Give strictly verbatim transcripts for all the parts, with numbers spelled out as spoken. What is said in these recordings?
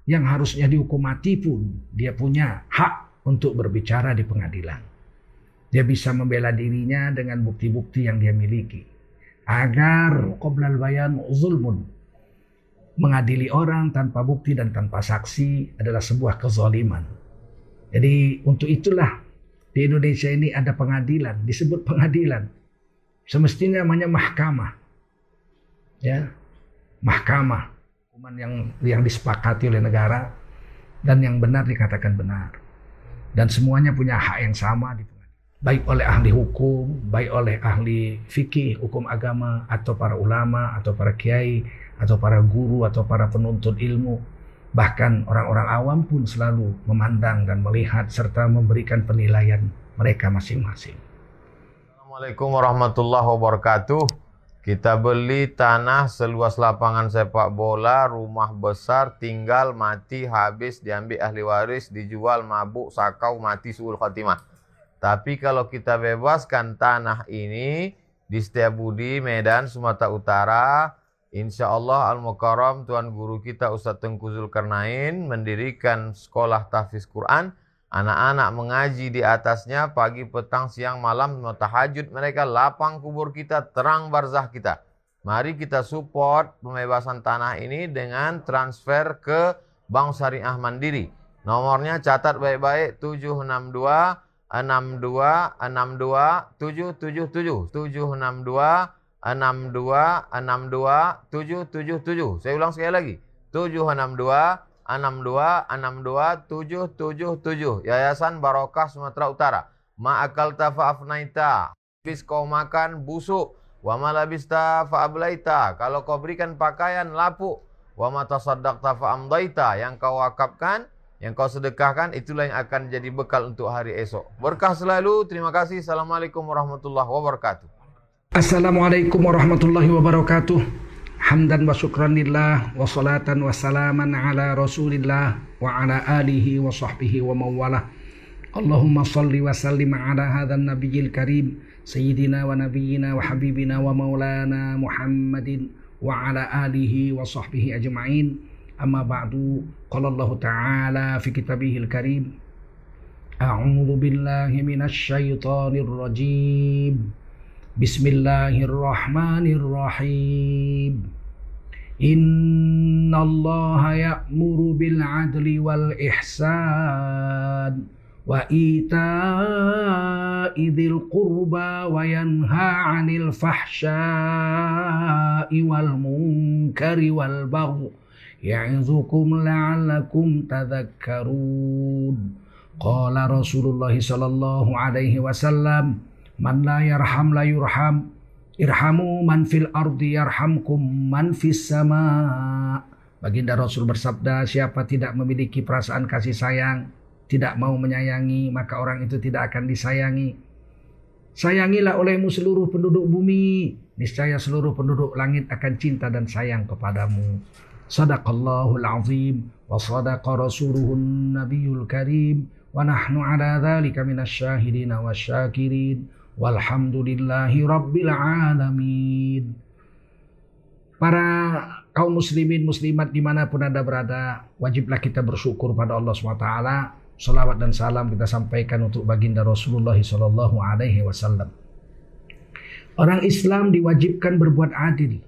yang harusnya dihukum mati pun dia punya hak untuk berbicara di pengadilan. Dia bisa membela dirinya dengan bukti-bukti yang dia miliki. Agar qoblal bayan zulmun. Mengadili orang tanpa bukti dan tanpa saksi adalah sebuah kezaliman. Jadi untuk itulah di Indonesia ini ada pengadilan, disebut pengadilan. Semestinya namanya mahkamah. Ya, mahkamah. Hukuman yang yang disepakati oleh negara dan yang benar dikatakan benar. Dan semuanya punya hak yang sama di pengadilan. Baik oleh ahli hukum, baik oleh ahli fikih, hukum agama, atau para ulama, atau para kiai, atau para guru, atau para penuntut ilmu. Bahkan orang-orang awam pun selalu memandang dan melihat serta memberikan penilaian mereka masing-masing. Assalamualaikum warahmatullahi wabarakatuh. Kita beli tanah seluas lapangan sepak bola, rumah besar, tinggal, mati, habis, diambil ahli waris, dijual, mabuk, sakau, mati, suul khatimah. Tapi kalau kita bebaskan tanah ini di Setiabudi, Medan, Sumatera Utara, insya Allah Al-Mukarram Tuan Guru kita Ustadz Tengku Zulkarnain mendirikan sekolah tahfiz Quran. Anak-anak mengaji di atasnya pagi, petang, siang, malam, tahajud mereka, lapang kubur kita, terang barzah kita. Mari kita support pembebasan tanah ini dengan transfer ke Bank Syariah Mandiri. Nomornya catat baik-baik, tujuh enam dua enam dua enam dua tujuh tujuh tujuh, tujuh enam dua enam dua enam dua tujuh tujuh tujuh. Saya ulang sekali lagi, tujuh enam dua enam dua enam dua tujuh tujuh tujuh. Yayasan Barokah Sumatera Utara. Ma'akalta fa'afnaita, habis kau makan busuk, wa malabista fa'ablaita, kalau kau berikan pakaian lapuk, wa matasaddaqta fa'amdaita, yang kau wakafkan, yang kau sedekahkan, itulah yang akan jadi bekal untuk hari esok. Berkah selalu. Terima kasih. Assalamualaikum warahmatullahi wabarakatuh. Assalamualaikum warahmatullahi wabarakatuh. Hamdan wa syukranillah wa salatan wa salaman ala rasulillah wa ala alihi wa sahbihi wa mawalah. Allahumma salli wa sallim ala hadhan nabiyil karim sayyidina wa nabiyyina wa habibina wa maulana Muhammadin wa ala alihi wa sahbihi ajma'in. Amma ba'du, qala Allah Ta'ala fi kitabihil karim, a'udzu billahi minasy syaithanir rajim. Bismillahirrahmanirrahim. Innallaha ya'muru bil 'adli wal ihsan wa ita'i dzil qurba wa yanha 'anil fahsya'i wal munkari wal baghi ya'izukum la'allakum tadhakkarun. Qala Rasulullah sallallahu alaihi wasallam, man la yarham la yurham, irhamu man fil ardi yarhamkum man fis sama. Baginda Rasul bersabda, siapa tidak memiliki perasaan kasih sayang, tidak mau menyayangi, maka orang itu tidak akan disayangi. Sayangilah olehmu seluruh penduduk bumi, niscaya seluruh penduduk langit akan cinta dan sayang kepadamu. Sadaqallahul azim wa sadaqa rasuluhun nabiyul karim wa nahnu ala dzalika minasyahidin wasyakirin walhamdulillahi rabbil alamin. Para kaum muslimin muslimat dimanapun Anda berada, wajiblah kita bersyukur pada Allah subhanahu wa taala. Salawat dan salam kita sampaikan untuk baginda Rasulullah sallallahu alaihi wasallam. Orang Islam diwajibkan berbuat adil.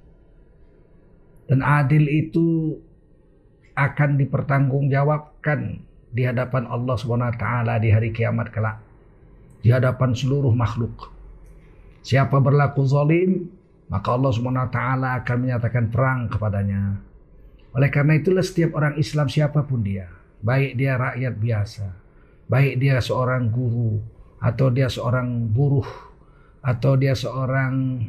Dan adil itu akan dipertanggungjawabkan di hadapan Allah subhanahu wa taala di hari kiamat kelak. Di hadapan seluruh makhluk. Siapa berlaku zalim, maka Allah subhanahu wa taala akan menyatakan perang kepadanya. Oleh karena itulah setiap orang Islam siapapun dia, baik dia rakyat biasa, baik dia seorang guru, atau dia seorang buruh, atau dia seorang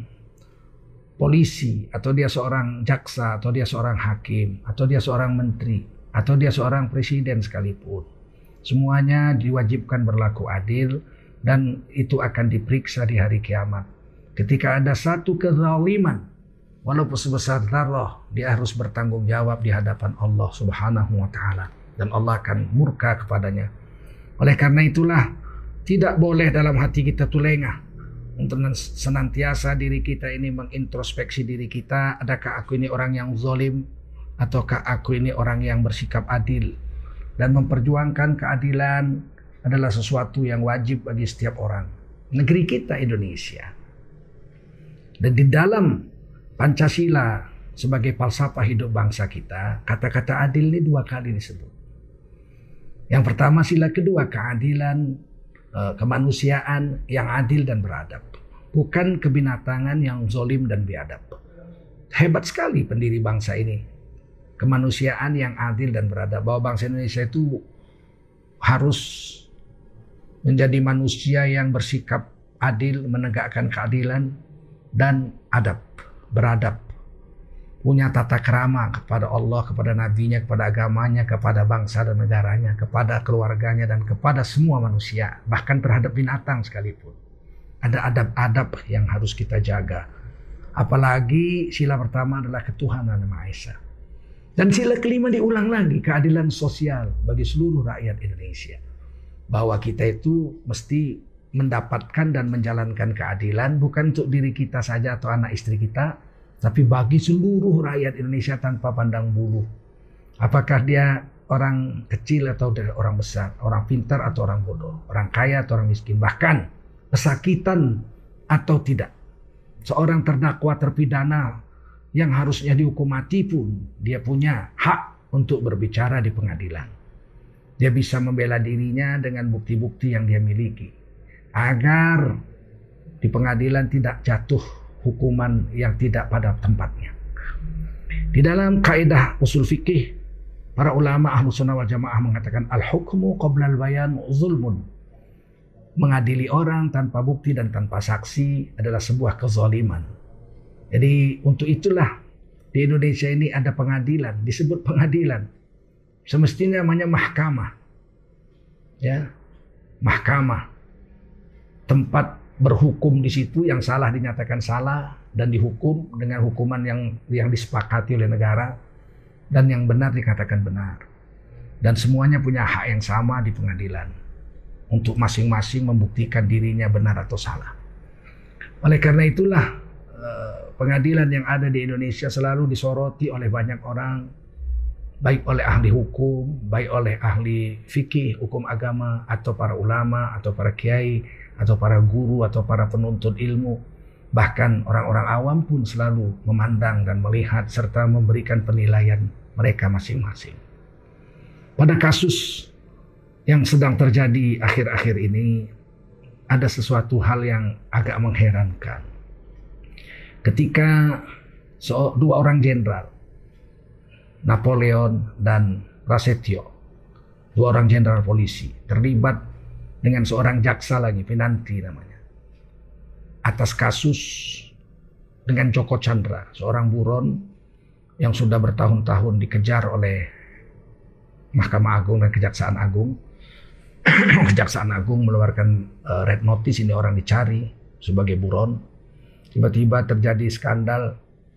polisi, atau dia seorang jaksa, atau dia seorang hakim, atau dia seorang menteri, atau dia seorang presiden sekalipun. Semuanya diwajibkan berlaku adil dan itu akan diperiksa di hari kiamat. Ketika ada satu kezaliman, walaupun sebesar zarrah, dia harus bertanggung jawab di hadapan Allah Subhanahu wa taala dan Allah akan murka kepadanya. Oleh karena itulah tidak boleh dalam hati kita tuh lengah untuk senantiasa diri kita ini mengintrospeksi diri kita, adakah aku ini orang yang zalim, Ataukah aku ini orang yang bersikap adil? Dan memperjuangkan keadilan adalah sesuatu yang wajib bagi setiap orang. Negeri kita Indonesia. Dan di dalam Pancasila sebagai falsafah hidup bangsa kita, kata-kata adil ini dua kali disebut. Yang pertama sila kedua, keadilan, kemanusiaan yang adil dan beradab. Bukan kebinatangan yang zolim dan biadab. Hebat sekali pendiri bangsa ini. Kemanusiaan yang adil dan beradab. Bahwa bangsa Indonesia itu harus menjadi manusia yang bersikap adil, menegakkan keadilan dan adab, beradab. Punya tata krama kepada Allah, kepada nabinya, kepada agamanya, kepada bangsa dan negaranya, kepada keluarganya dan kepada semua manusia. Bahkan terhadap binatang sekalipun. Ada adab-adab yang harus kita jaga. Apalagi sila pertama adalah ketuhanan Yang Maha Esa. Dan sila kelima diulang lagi, keadilan sosial bagi seluruh rakyat Indonesia. Bahwa kita itu mesti mendapatkan dan menjalankan keadilan bukan untuk diri kita saja atau anak istri kita, tapi bagi seluruh rakyat Indonesia tanpa pandang bulu. Apakah dia orang kecil atau orang besar, orang pintar atau orang bodoh, orang kaya atau orang miskin, bahkan pesakitan atau tidak. Seorang terdakwa terpidana yang harusnya dihukum mati pun dia punya hak untuk berbicara di pengadilan. Dia bisa membela dirinya dengan bukti-bukti yang dia miliki. Agar di pengadilan tidak jatuh hukuman yang tidak pada tempatnya. Di dalam kaidah usul fikih, para ulama Ahlus Sunnah wal Jamaah mengatakan al-hukmu qabla al-bayan zulmun. Mengadili orang tanpa bukti dan tanpa saksi adalah sebuah kezaliman. Jadi untuk itulah di Indonesia ini ada pengadilan, disebut pengadilan. Semestinya namanya mahkamah. Ya, mahkamah. Tempat berhukum di situ, yang salah dinyatakan salah dan dihukum dengan hukuman yang yang disepakati oleh negara, dan yang benar dikatakan benar. Dan semuanya punya hak yang sama di pengadilan untuk masing-masing membuktikan dirinya benar atau salah. Oleh karena itulah pengadilan yang ada di Indonesia selalu disoroti oleh banyak orang, baik oleh ahli hukum, baik oleh ahli fikih, hukum agama, atau para ulama, atau para kiai, atau para guru, atau para penuntut ilmu. Bahkan orang-orang awam pun selalu memandang dan melihat serta memberikan penilaian mereka masing-masing. Pada kasus yang sedang terjadi akhir-akhir ini, ada sesuatu hal yang agak mengherankan. Ketika so, dua orang jenderal, Napoleon dan Prasetyo, dua orang jenderal polisi, terlibat dengan seorang jaksa lagi, Pinanti namanya, atas kasus dengan Joko Chandra, seorang buron yang sudah bertahun-tahun dikejar oleh Mahkamah Agung dan Kejaksaan Agung. Kejaksaan Agung mengeluarkan uh, red notice, ini orang dicari sebagai buron. Tiba-tiba terjadi skandal,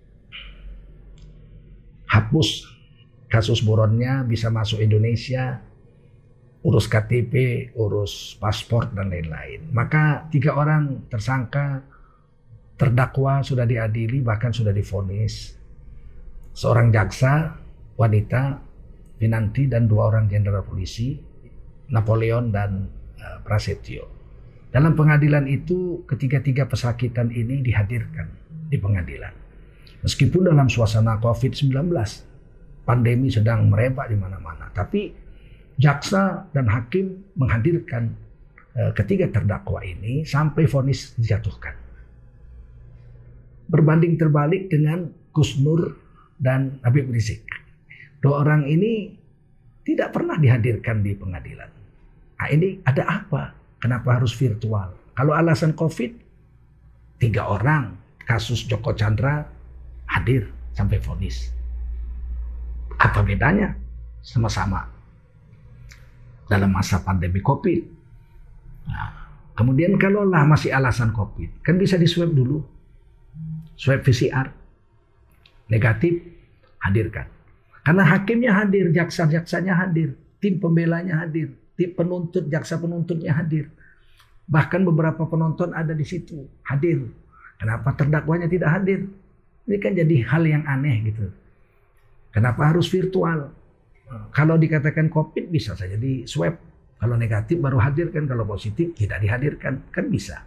hapus kasus buronnya, bisa masuk Indonesia, urus K T P, urus paspor dan lain-lain. Maka tiga orang tersangka terdakwa sudah diadili, bahkan sudah divonis. Seorang jaksa wanita, Pinanti, dan dua orang jenderal polisi, Napoleon dan uh, Prasetyo. Dalam pengadilan itu ketiga-tiga pesakitan ini dihadirkan di pengadilan. Meskipun dalam suasana covid sembilan belas, pandemi sedang merebak di mana-mana, tapi jaksa dan hakim menghadirkan uh, ketiga terdakwa ini sampai vonis dijatuhkan. Berbanding terbalik dengan Gus Nur dan Habib Rizik. Dua orang ini tidak pernah dihadirkan di pengadilan. Nah, ini ada apa? Kenapa harus virtual? Kalau alasan Covid, tiga orang kasus Joko Chandra hadir sampai vonis. Apa bedanya? Sama-sama dalam masa pandemi Covid. Nah, kemudian kalaulah masih alasan Covid, kan bisa di swab dulu. Swab V C R. Negatif, hadirkan. Karena hakimnya hadir, jaksa-jaksanya hadir, tim pembelanya hadir, tim penuntut, jaksa penuntutnya hadir. Bahkan beberapa penonton ada di situ, hadir. Kenapa terdakwanya tidak hadir? Ini kan jadi hal yang aneh gitu. Kenapa harus virtual? Kalau dikatakan COVID bisa saja di swab. Kalau negatif baru hadirkan, kalau positif tidak dihadirkan, kan bisa.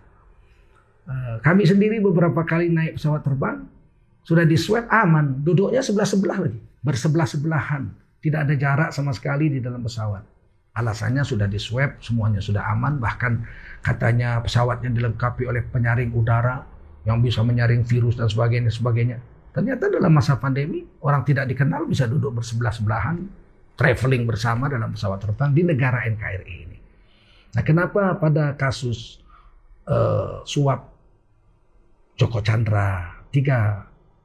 Kami sendiri beberapa kali naik pesawat terbang sudah di swab aman, duduknya sebelah-sebelah lagi, bersebelah-sebelahan, tidak ada jarak sama sekali di dalam pesawat. Alasannya sudah di swab, semuanya sudah aman, bahkan katanya pesawatnya dilengkapi oleh penyaring udara yang bisa menyaring virus dan sebagainya sebagainya. Ternyata dalam masa pandemi orang tidak dikenal bisa duduk bersebelah-sebelahan, traveling bersama dalam pesawat terbang di negara N K R I ini. Nah, kenapa pada kasus uh, suap Joko Chandra, tiga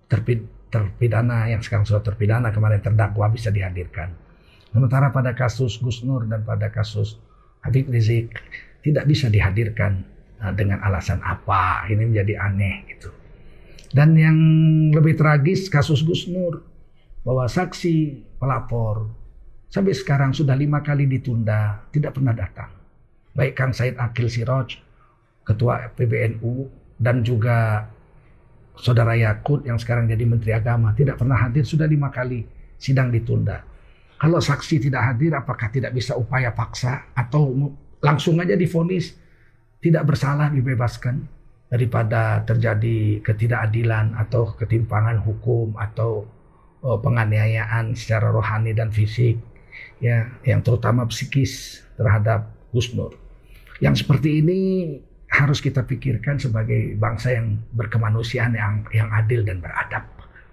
terpidana yang sekarang sudah terpidana, kemarin terdakwa bisa dihadirkan. Sementara pada kasus Gus Nur dan pada kasus Habib Rizik tidak bisa dihadirkan dengan alasan apa. Ini menjadi aneh gitu. Dan yang lebih tragis kasus Gus Nur, bahwa saksi pelapor sampai sekarang sudah lima kali ditunda, tidak pernah datang. Baik Kang Said Akil Siroj, Ketua P B N U, dan juga Saudara Yakut yang sekarang jadi Menteri Agama tidak pernah hadir, sudah lima kali sidang ditunda. Kalau saksi tidak hadir, apakah tidak bisa upaya paksa atau langsung aja divonis tidak bersalah dibebaskan daripada terjadi ketidakadilan atau ketimpangan hukum atau oh, penganiayaan secara rohani dan fisik, ya, yang terutama psikis terhadap Gus Nur. Yang seperti ini harus kita pikirkan sebagai bangsa yang berkemanusiaan, yang yang adil dan beradab.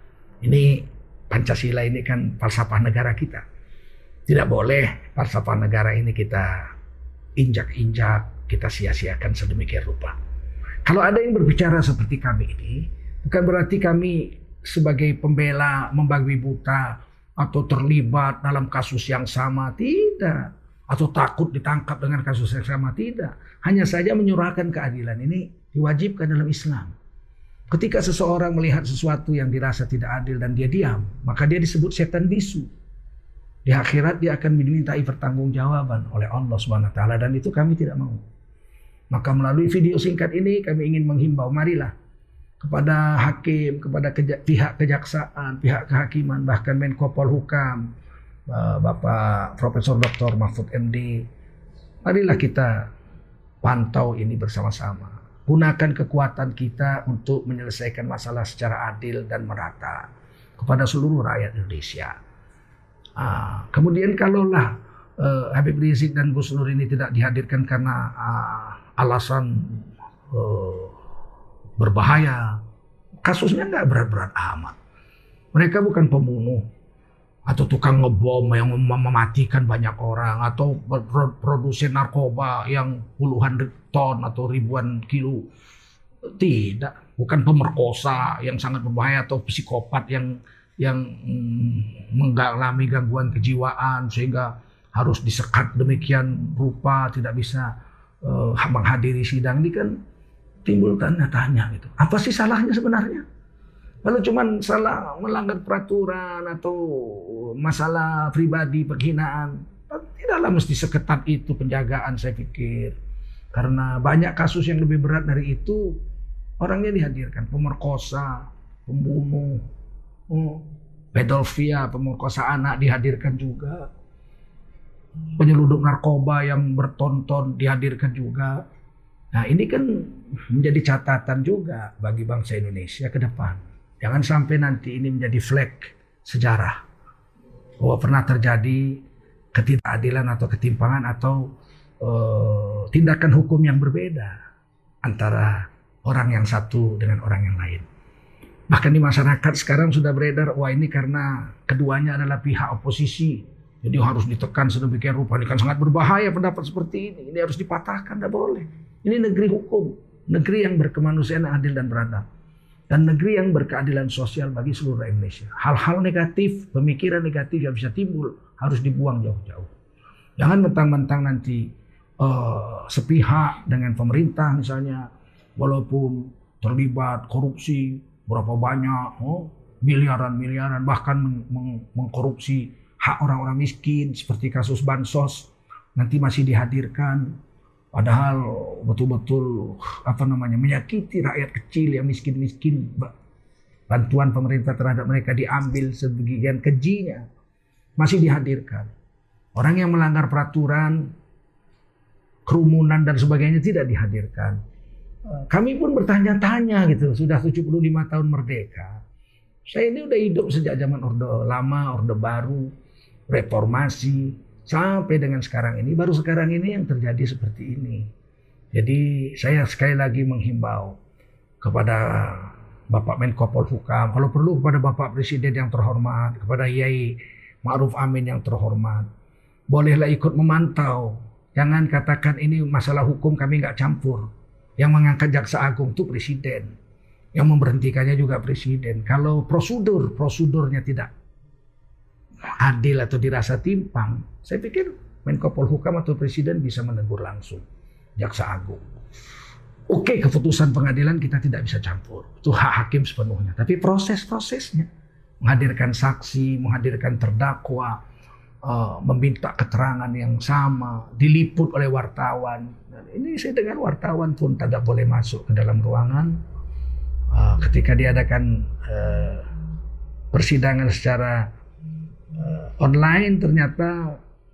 Ini Pancasila ini kan falsafah negara kita. Tidak boleh falsafah negara ini kita injak-injak, kita sia-siakan sedemikian rupa. Kalau ada yang berbicara seperti kami ini, bukan berarti kami sebagai pembela membabi buta atau terlibat dalam kasus yang sama, tidak. Atau takut ditangkap dengan kasus yang sama, tidak. Hanya saja menyurahkan keadilan ini diwajibkan dalam Islam. Ketika seseorang melihat sesuatu yang dirasa tidak adil dan dia diam, maka dia disebut setan bisu. Di akhirat dia akan dimintai pertanggungjawaban oleh Allah Subhanahu wa taala, dan itu kami tidak mau. Maka melalui video singkat ini kami ingin menghimbau, marilah kepada hakim, kepada keja- pihak kejaksaan, pihak kehakiman, bahkan Menko Polhukam, Bapak Profesor Doktor Mahfud M D, marilah kita pantau ini bersama-sama. Gunakan kekuatan kita untuk menyelesaikan masalah secara adil dan merata kepada seluruh rakyat Indonesia. Ah, kemudian kalaulah uh, Habib Rizik dan Gus Nur ini tidak dihadirkan karena uh, alasan uh, berbahaya, kasusnya nggak berat-berat amat. Mereka bukan pembunuh atau tukang ngebom yang mematikan banyak orang, atau produsen narkoba yang puluhan ton atau ribuan kilo. Tidak, bukan pemerkosa yang sangat berbahaya atau psikopat yang yang mm, mengalami gangguan kejiwaan sehingga harus disekat demikian rupa, tidak bisa uh, menghadiri sidang. Ini kan timbul tanda tanya gitu. Apa sih salahnya sebenarnya? Kalau cuma salah melanggar peraturan atau masalah pribadi, penghinaan, tidaklah mesti seketat itu penjagaan, saya pikir. Karena banyak kasus yang lebih berat dari itu, orangnya dihadirkan. Pemerkosa, pembunuh, oh, pedofil, pemerkosa anak dihadirkan juga. Penyelundup narkoba yang bertonton dihadirkan juga. Nah, ini kan menjadi catatan juga bagi bangsa Indonesia ke depan. Jangan sampai nanti ini menjadi flag sejarah bahwa pernah terjadi ketidakadilan atau ketimpangan atau uh, tindakan hukum yang berbeda antara orang yang satu dengan orang yang lain. Bahkan di masyarakat sekarang sudah beredar, wah ini karena keduanya adalah pihak oposisi, jadi harus ditekan sedemikian rupa. Ini kan sangat berbahaya pendapat seperti ini, ini harus dipatahkan, tidak boleh. Ini negeri hukum, negeri yang berkemanusiaan, adil dan beradab. Dan negeri yang berkeadilan sosial bagi seluruh Indonesia. Hal-hal negatif, pemikiran negatif yang bisa timbul harus dibuang jauh-jauh. Jangan mentang-mentang nanti uh, sepihak dengan pemerintah misalnya, walaupun terlibat korupsi berapa banyak, oh, miliaran-miliaran, bahkan meng meng mengkorupsi hak orang-orang miskin seperti kasus bansos, nanti masih dihadirkan. Padahal betul-betul apa namanya menyakiti rakyat kecil yang miskin-miskin, bantuan pemerintah terhadap mereka diambil sebagian kejinya, masih dihadirkan. Orang yang melanggar peraturan, kerumunan dan sebagainya tidak dihadirkan. Kami pun bertanya-tanya gitu, sudah tujuh puluh lima tahun merdeka. Saya ini udah hidup sejak zaman Orde Lama, Orde Baru, Reformasi, sampai dengan sekarang ini. Baru sekarang ini yang terjadi seperti ini. Jadi saya sekali lagi menghimbau kepada Bapak Menko Polhukam, kalau perlu kepada Bapak Presiden yang terhormat, kepada Yai Ma'ruf Amin yang terhormat, bolehlah ikut memantau. Jangan katakan ini masalah hukum kami nggak campur. Yang mengangkat jaksa agung itu presiden. Yang memberhentikannya juga presiden. Kalau prosedur, prosedurnya tidak adil atau dirasa timpang, saya pikir Menko Polhukam atau presiden bisa menegur langsung jaksa agung. Oke, keputusan pengadilan kita tidak bisa campur. Itu hak hakim sepenuhnya. Tapi proses-prosesnya, menghadirkan saksi, menghadirkan terdakwa, uh, meminta keterangan yang sama, diliput oleh wartawan. Dan ini saya dengar wartawan pun tidak boleh masuk ke dalam ruangan. Uh, ketika diadakan uh, persidangan secara uh, online, ternyata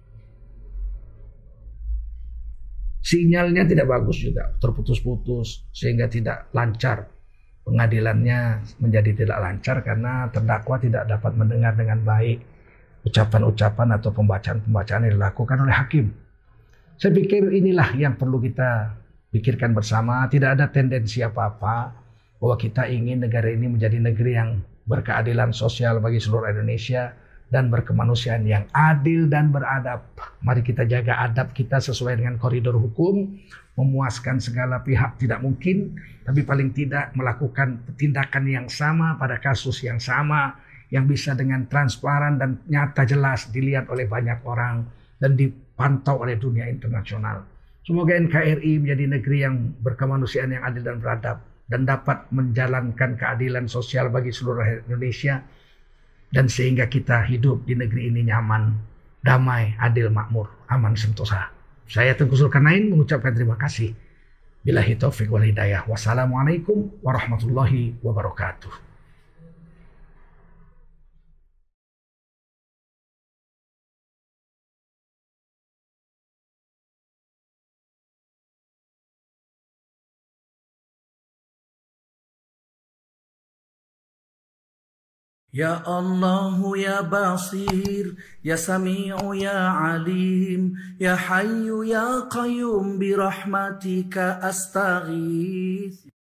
sinyalnya tidak bagus juga, terputus-putus, sehingga tidak lancar. Pengadilannya menjadi tidak lancar karena terdakwa tidak dapat mendengar dengan baik ucapan-ucapan atau pembacaan-pembacaan yang dilakukan oleh hakim. Saya pikir inilah yang perlu kita pikirkan bersama. Tidak ada tendensi apa-apa bahwa kita ingin negara ini menjadi negeri yang berkeadilan sosial bagi seluruh Indonesia dan berkemanusiaan yang adil dan beradab. Mari kita jaga adab kita sesuai dengan koridor hukum, memuaskan segala pihak tidak mungkin, tapi paling tidak melakukan tindakan yang sama pada kasus yang sama, yang bisa dengan transparan dan nyata jelas dilihat oleh banyak orang dan dipantau oleh dunia internasional. Semoga N K R I menjadi negeri yang berkemanusiaan yang adil dan beradab dan dapat menjalankan keadilan sosial bagi seluruh Indonesia, dan sehingga kita hidup di negeri ini nyaman, damai, adil, makmur, aman, sentosa. Saya Tengku Zulkarnain mengucapkan terima kasih. Billahi taufiq wal hidayah. Wassalamualaikum warahmatullahi wabarakatuh. Ya Allah ya Basir, ya Sami'u ya Alim, ya Hayyu ya Qayyum bi rahmatika astaghith.